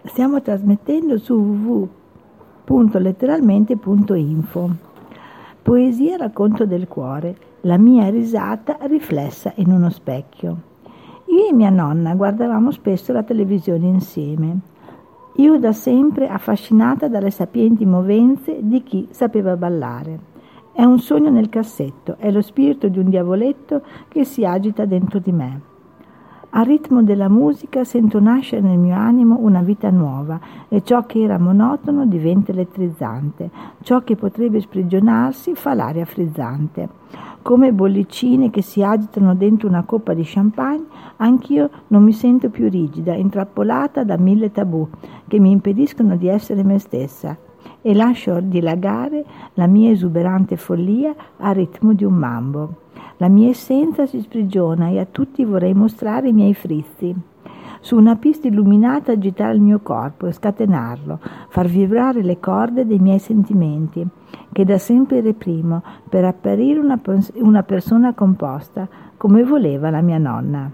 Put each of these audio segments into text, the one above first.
Stiamo trasmettendo su www.letteralmente.info. Poesia racconto del cuore, la mia risata riflessa in uno specchio. Io e mia nonna guardavamo spesso la televisione insieme. Io da sempre affascinata dalle sapienti movenze di chi sapeva ballare. È un sogno nel cassetto, è lo spirito di un diavoletto che si agita dentro di me. Al ritmo della musica sento nascere nel mio animo una vita nuova e ciò che era monotono diventa elettrizzante, ciò che potrebbe sprigionarsi fa l'aria frizzante. Come bollicine che si agitano dentro una coppa di champagne, anch'io non mi sento più rigida, intrappolata da 1000 tabù che mi impediscono di essere me stessa e lascio dilagare la mia esuberante follia al ritmo di un mambo. La mia essenza si sprigiona e a tutti vorrei mostrare i miei frizzi. Su una pista illuminata agitare il mio corpo e scatenarlo, far vibrare le corde dei miei sentimenti, che da sempre reprimo, per apparire una persona composta, come voleva la mia nonna.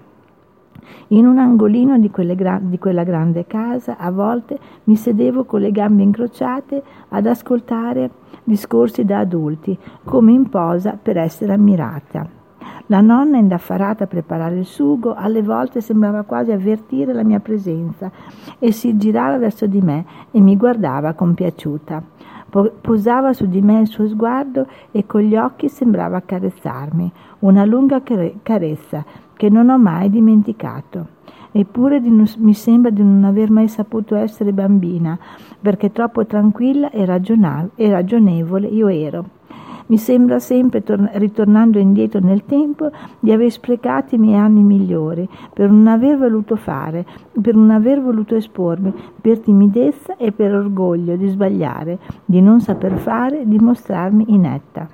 In un angolino di quella grande casa, a volte mi sedevo con le gambe incrociate ad ascoltare discorsi da adulti, come in posa per essere ammirata. La nonna indaffarata a preparare il sugo, alle volte sembrava quasi avvertire la mia presenza e si girava verso di me e mi guardava compiaciuta. Posava su di me il suo sguardo e con gli occhi sembrava accarezzarmi, una lunga carezza che non ho mai dimenticato. Eppure mi sembra di non aver mai saputo essere bambina, perché troppo tranquilla e ragionevole io ero. Mi sembra sempre, ritornando indietro nel tempo, di aver sprecato i miei anni migliori, per non aver voluto fare, per non aver voluto espormi, per timidezza e per orgoglio di sbagliare, di non saper fare, di mostrarmi inetta.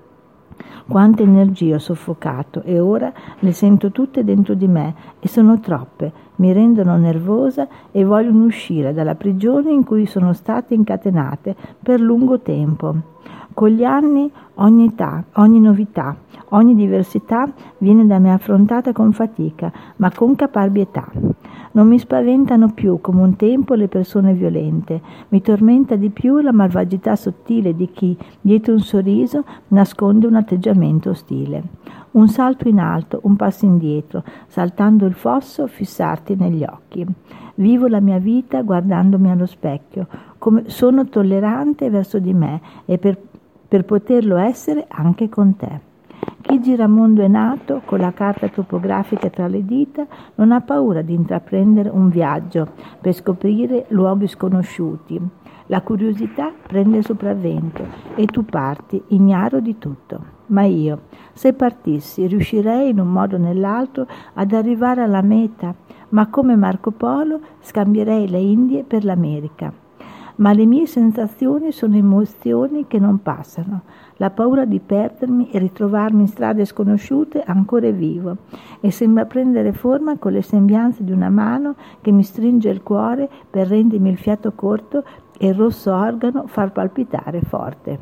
Quante energie ho soffocato e ora le sento tutte dentro di me e sono troppe, mi rendono nervosa e vogliono uscire dalla prigione in cui sono state incatenate per lungo tempo. Con gli anni ogni età, ogni novità, ogni diversità viene da me affrontata con fatica, ma con caparbietà. Non mi spaventano più come un tempo le persone violente, mi tormenta di più la malvagità sottile di chi, dietro un sorriso, nasconde un atteggiamento ostile. Un salto in alto, un passo indietro, saltando il fosso, fissarti negli occhi. Vivo la mia vita guardandomi allo specchio, come sono tollerante verso di me e per poterlo essere anche con te. Chi giramondo è nato, con la carta topografica tra le dita, non ha paura di intraprendere un viaggio per scoprire luoghi sconosciuti. La curiosità prende il sopravvento e tu parti ignaro di tutto. Ma io, se partissi, riuscirei in un modo o nell'altro ad arrivare alla meta, ma come Marco Polo scambierei le Indie per l'America. Ma le mie sensazioni sono emozioni che non passano. La paura di perdermi e ritrovarmi in strade sconosciute ancora è vivo e sembra prendere forma con le sembianze di una mano che mi stringe il cuore per rendermi il fiato corto e il rosso organo far palpitare forte.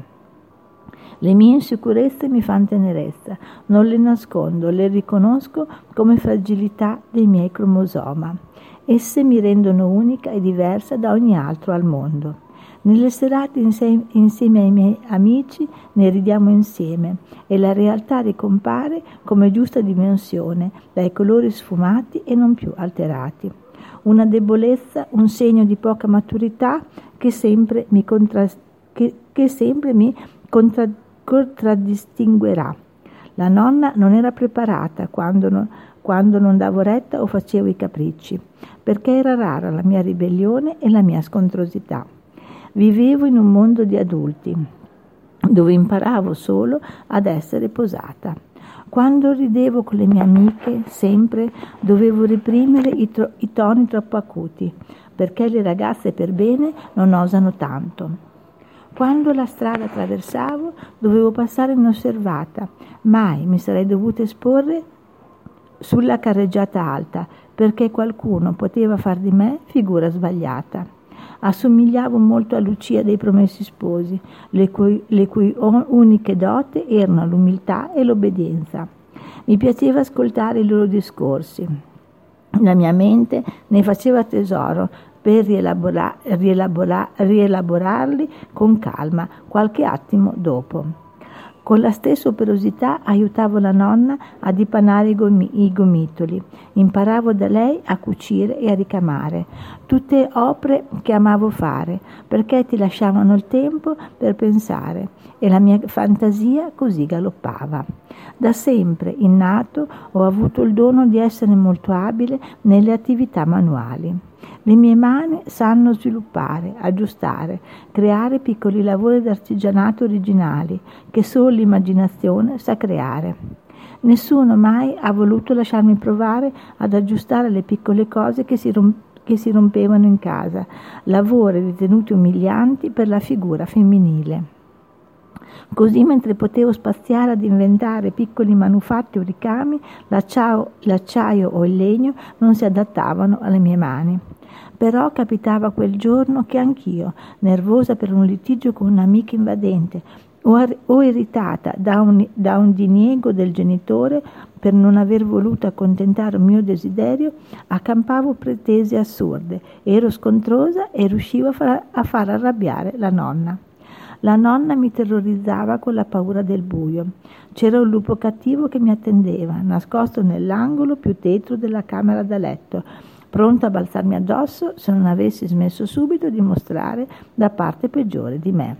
Le mie insicurezze mi fanno tenerezza, non le nascondo, le riconosco come fragilità dei miei cromosoma. Esse mi rendono unica e diversa da ogni altro al mondo. Nelle serate insieme ai miei amici ne ridiamo insieme e la realtà ricompare come giusta dimensione, dai colori sfumati e non più alterati. Una debolezza, un segno di poca maturità che sempre mi contraddistinguerà. La nonna non era preparata quando non davo retta o facevo i capricci, perché era rara la mia ribellione e la mia scontrosità. Vivevo in un mondo di adulti, dove imparavo solo ad essere posata. Quando ridevo con le mie amiche, sempre dovevo reprimere i toni troppo acuti, perché le ragazze per bene non osano tanto. Quando la strada attraversavo, dovevo passare inosservata. Mai mi sarei dovuta esporre sulla carreggiata alta, perché qualcuno poteva far di me figura sbagliata. Assomigliavo molto a Lucia dei Promessi Sposi, le cui uniche dote erano l'umiltà e l'obbedienza. Mi piaceva ascoltare i loro discorsi. La mia mente ne faceva tesoro per rielaborarli con calma qualche attimo dopo. Con la stessa operosità aiutavo la nonna a dipanare i gomitoli, imparavo da lei a cucire e a ricamare, tutte opere che amavo fare, perché ti lasciavano il tempo per pensare e la mia fantasia così galoppava. Da sempre, innato, ho avuto il dono di essere molto abile nelle attività manuali. Le mie mani sanno sviluppare, aggiustare, creare piccoli lavori d'artigianato originali che solo l'immaginazione sa creare. Nessuno mai ha voluto lasciarmi provare ad aggiustare le piccole cose che si rompevano in casa, lavori ritenuti umilianti per la figura femminile. Così, mentre potevo spaziare ad inventare piccoli manufatti o ricami, l'acciaio o il legno non si adattavano alle mie mani. Però capitava quel giorno che anch'io, nervosa per un litigio con un'amica invadente o irritata da un diniego del genitore per non aver voluto accontentare un mio desiderio, accampavo pretese assurde, ero scontrosa e riuscivo a far arrabbiare la nonna. La nonna mi terrorizzava con la paura del buio. C'era un lupo cattivo che mi attendeva, nascosto nell'angolo più tetro della camera da letto, pronto a balzarmi addosso se non avessi smesso subito di mostrare la parte peggiore di me.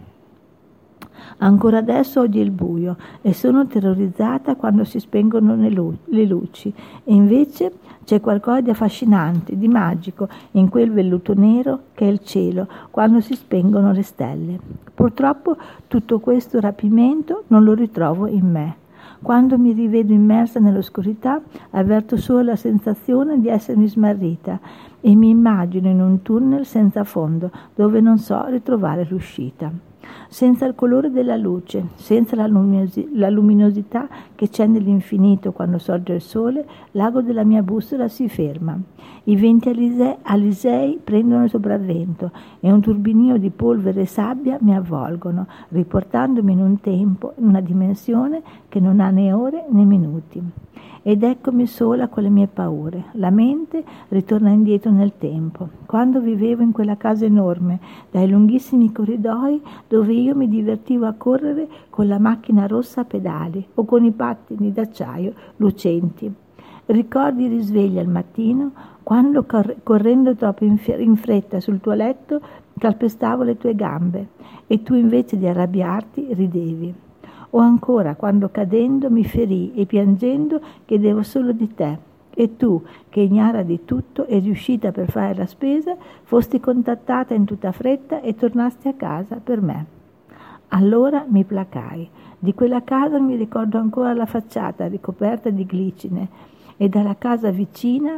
Ancora adesso odio il buio e sono terrorizzata quando si spengono le luci, e invece c'è qualcosa di affascinante, di magico in quel velluto nero che è il cielo quando si spengono le stelle. Purtroppo tutto questo rapimento non lo ritrovo in me. Quando mi rivedo immersa nell'oscurità, avverto solo la sensazione di essermi smarrita e mi immagino in un tunnel senza fondo dove non so ritrovare l'uscita. Senza il colore della luce, senza la luminosità che c'è nell'infinito quando sorge il sole, l'ago della mia bussola si ferma. I venti alisei prendono il sopravvento e un turbinio di polvere e sabbia mi avvolgono, riportandomi in un tempo, in una dimensione che non ha né ore né minuti. Ed eccomi sola con le mie paure. La mente ritorna indietro nel tempo, quando vivevo in quella casa enorme, dai lunghissimi corridoi dove io mi divertivo a correre con la macchina rossa a pedali o con i pattini d'acciaio lucenti. Ricordi i risvegli al mattino, quando correndo troppo in fretta sul tuo letto calpestavo le tue gambe e tu invece di arrabbiarti ridevi. O ancora quando cadendo mi ferii e piangendo chiedevo solo di te, e tu, che ignara di tutto e riuscita per fare la spesa, fosti contattata in tutta fretta e tornasti a casa per me. Allora mi placai. Di quella casa mi ricordo ancora la facciata ricoperta di glicine e dalla casa vicino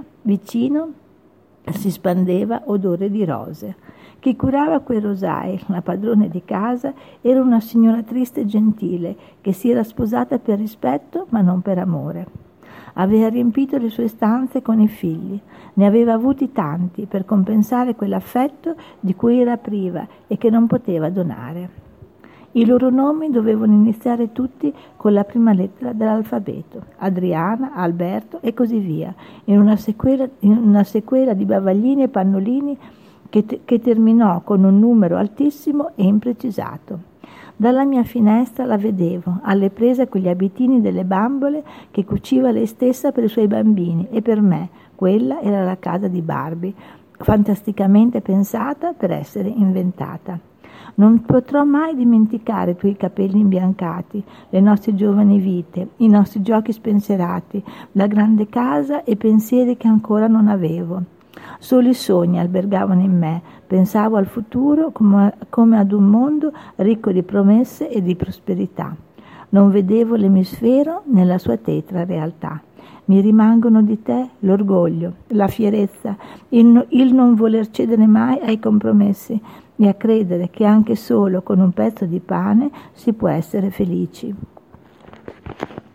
si spandeva odore di rose. Chi curava quei rosai, la padrona di casa, era una signora triste e gentile che si era sposata per rispetto ma non per amore. Aveva riempito le sue stanze con i figli, ne aveva avuti tanti per compensare quell'affetto di cui era priva e che non poteva donare. I loro nomi dovevano iniziare tutti con la prima lettera dell'alfabeto, Adriana, Alberto e così via, in una sequela di bavaglini e pannolini che terminò con un numero altissimo e imprecisato. Dalla mia finestra la vedevo, alle prese con gli abitini delle bambole che cuciva lei stessa per i suoi bambini e per me. Quella era la casa di Barbie, fantasticamente pensata per essere inventata. Non potrò mai dimenticare i tuoi capelli imbiancati, le nostre giovani vite, i nostri giochi spensierati, la grande casa e pensieri che ancora non avevo. Solo i sogni albergavano in me, pensavo al futuro come ad un mondo ricco di promesse e di prosperità. Non vedevo l'emisfero nella sua tetra realtà. Mi rimangono di te l'orgoglio, la fierezza, il non voler cedere mai ai compromessi e a credere che anche solo con un pezzo di pane si può essere felici.